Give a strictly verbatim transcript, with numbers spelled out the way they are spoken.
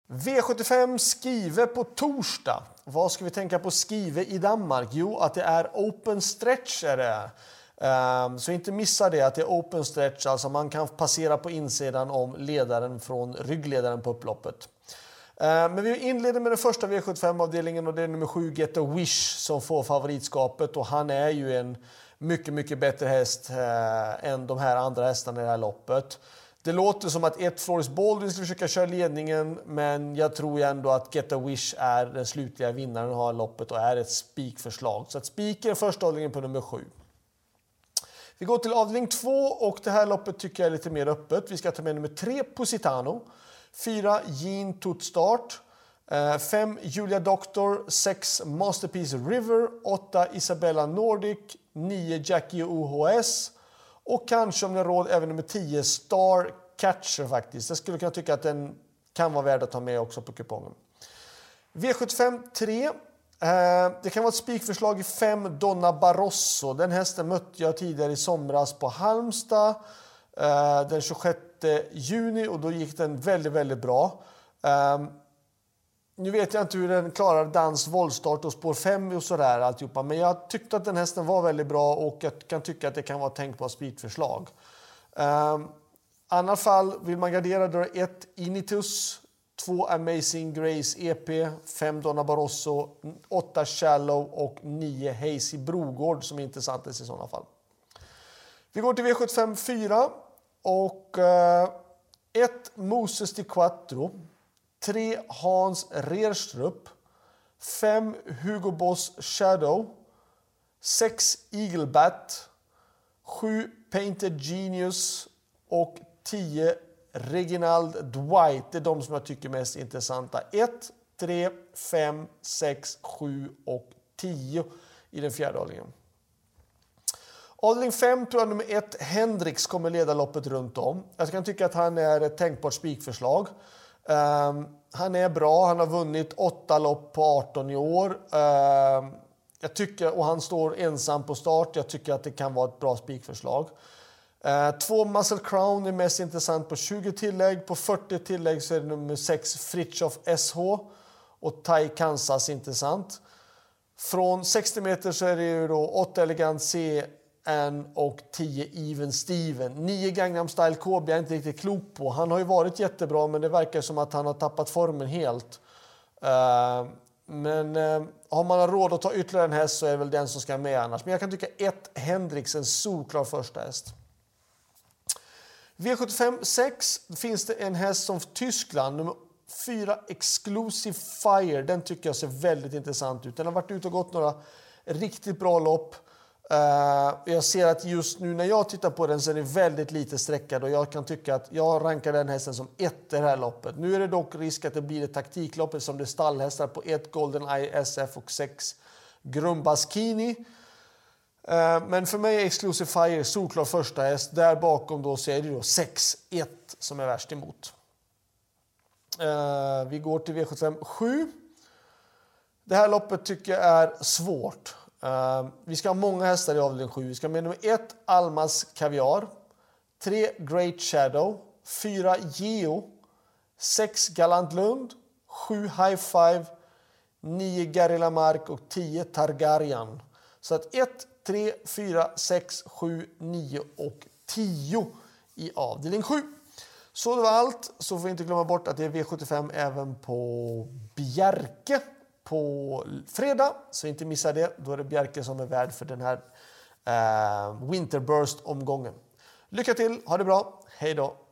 V sjuttiofem Skive på torsdag. Vad ska vi tänka på Skive i Danmark? Jo, att det är open stretch är det. Um, så inte missa det att det är open stretch. Alltså man kan passera på insidan om ledaren från ryggledaren på upploppet. Uh, men vi inleder med den första V sjuttiofem-avdelningen och det är nummer sju Get a Wish som får favoritskapet. Och han är ju en mycket, mycket bättre häst uh, än de här andra hästarna i det här loppet. Det låter som att ett Floris Baldwin ska försöka köra ledningen, men jag tror ändå att Get a Wish är den slutliga vinnaren av loppet och är ett spikförslag. Så att spiken är första avdelningen på nummer sju. Vi går till avdelning två och det här loppet tycker jag är lite mer öppet. Vi ska ta med nummer tre Positano, fyra Jean Tut Start, fem Julia Doctor, sex Masterpiece River, åtta Isabella Nordic, nio Jackie O H S. Och kanske om ni har råd även nummer tio Star Catcher faktiskt. Jag skulle kunna tycka att den kan vara värd att ta med också på kupongen. V sjuttiofem tre. Eh, det kan vara ett spikförslag i fem Donna Barroso. Den hästen mötte jag tidigare i somras på Halmstad. Eh, den tjugosjätte juni och då gick den väldigt, väldigt bra. Eh, Nu vet jag inte hur den klarar dans, våldstart och spår fem och sådär alltihopa. Men jag tyckte att den hästen var väldigt bra och jag kan tycka att det kan vara tänkt på ett spikförslag. Um, I annat fall vill man gardera då ett Initus, två Amazing Grace E P, fem Donna Barroso, åtta Shallow och nio Hazy Brogård som är intressant i sådana fall. Vi går till V sjuttiofem fyra och ett uh, Moses di Quattro. tre Hans Reerstrup, fem Hugo Boss Shadow, sex Eaglebat, sju Painted Genius och tio Reginald Dwight. Det är de som jag tycker är mest intressanta. ett, tre, fem, sex, sju och tio i den fjärde avdelningen. Avdelning fem tror jag nummer ett Hendrix kommer leda loppet runt om. Jag kan tycka att han är ett tänkbart spikförslag. Um, han är bra, han har vunnit åtta lopp på arton i år. Um, jag tycker, och han står ensam på start. Jag tycker att det kan vara ett bra spikförslag. Uh, två Muscle Crown är mest intressant på tjugo tillägg. På fyrtio tillägg så är det nummer sex Fritjof S H och Thai Kansas intressant. Från sextio meter så är det ju då åtta Elegant C N och tio Even Steven. nio Gangnam Style K B är inte riktigt klok på. Han har ju varit jättebra men det verkar som att han har tappat formen helt. Uh, men uh, har man råd att ta ytterligare en häst så är det väl den som ska med annars. Men jag kan tycka ett Hendrix en solklar första häst. V sjuttiofem sex finns det en häst som Tyskland, nummer fyra Exclusive Fire. Den tycker jag ser väldigt intressant ut. Den har varit ute och gått några riktigt bra lopp. Uh, jag ser att just nu när jag tittar på den så är det väldigt lite sträckad och jag kan tycka att jag rankar den hästen som ett i det här loppet. Nu är det dock risk att det blir ett taktiklopp som det är stallhästar på ett Golden Eye S F och sex Grumbaskini. Uh, men för mig är Exclusive Fire solklar första häst. Där bakom då så är det då sex ett som är värst emot. Uh, vi går till V sjuttiofem sju. Det här loppet tycker jag är svårt. Uh, vi ska ha många hästar i avdelning sju. Vi ska ha med nummer ett Almas Kaviar, tre Great Shadow, fyra Geo, sex Galant Lund, sju High Five, nio Gary Lamarck och tio Targaryen. Så att ett, tre, fyra, sex, sju, nio och tio i avdelning sju. Så det var allt. Så får vi inte glömma bort att det är V sjuttiofem även på Bjerke på fredag, så inte missa det. Då är det Bjerke som är värd för den här eh, Winterburst-omgången. Lycka till, ha det bra, hej då!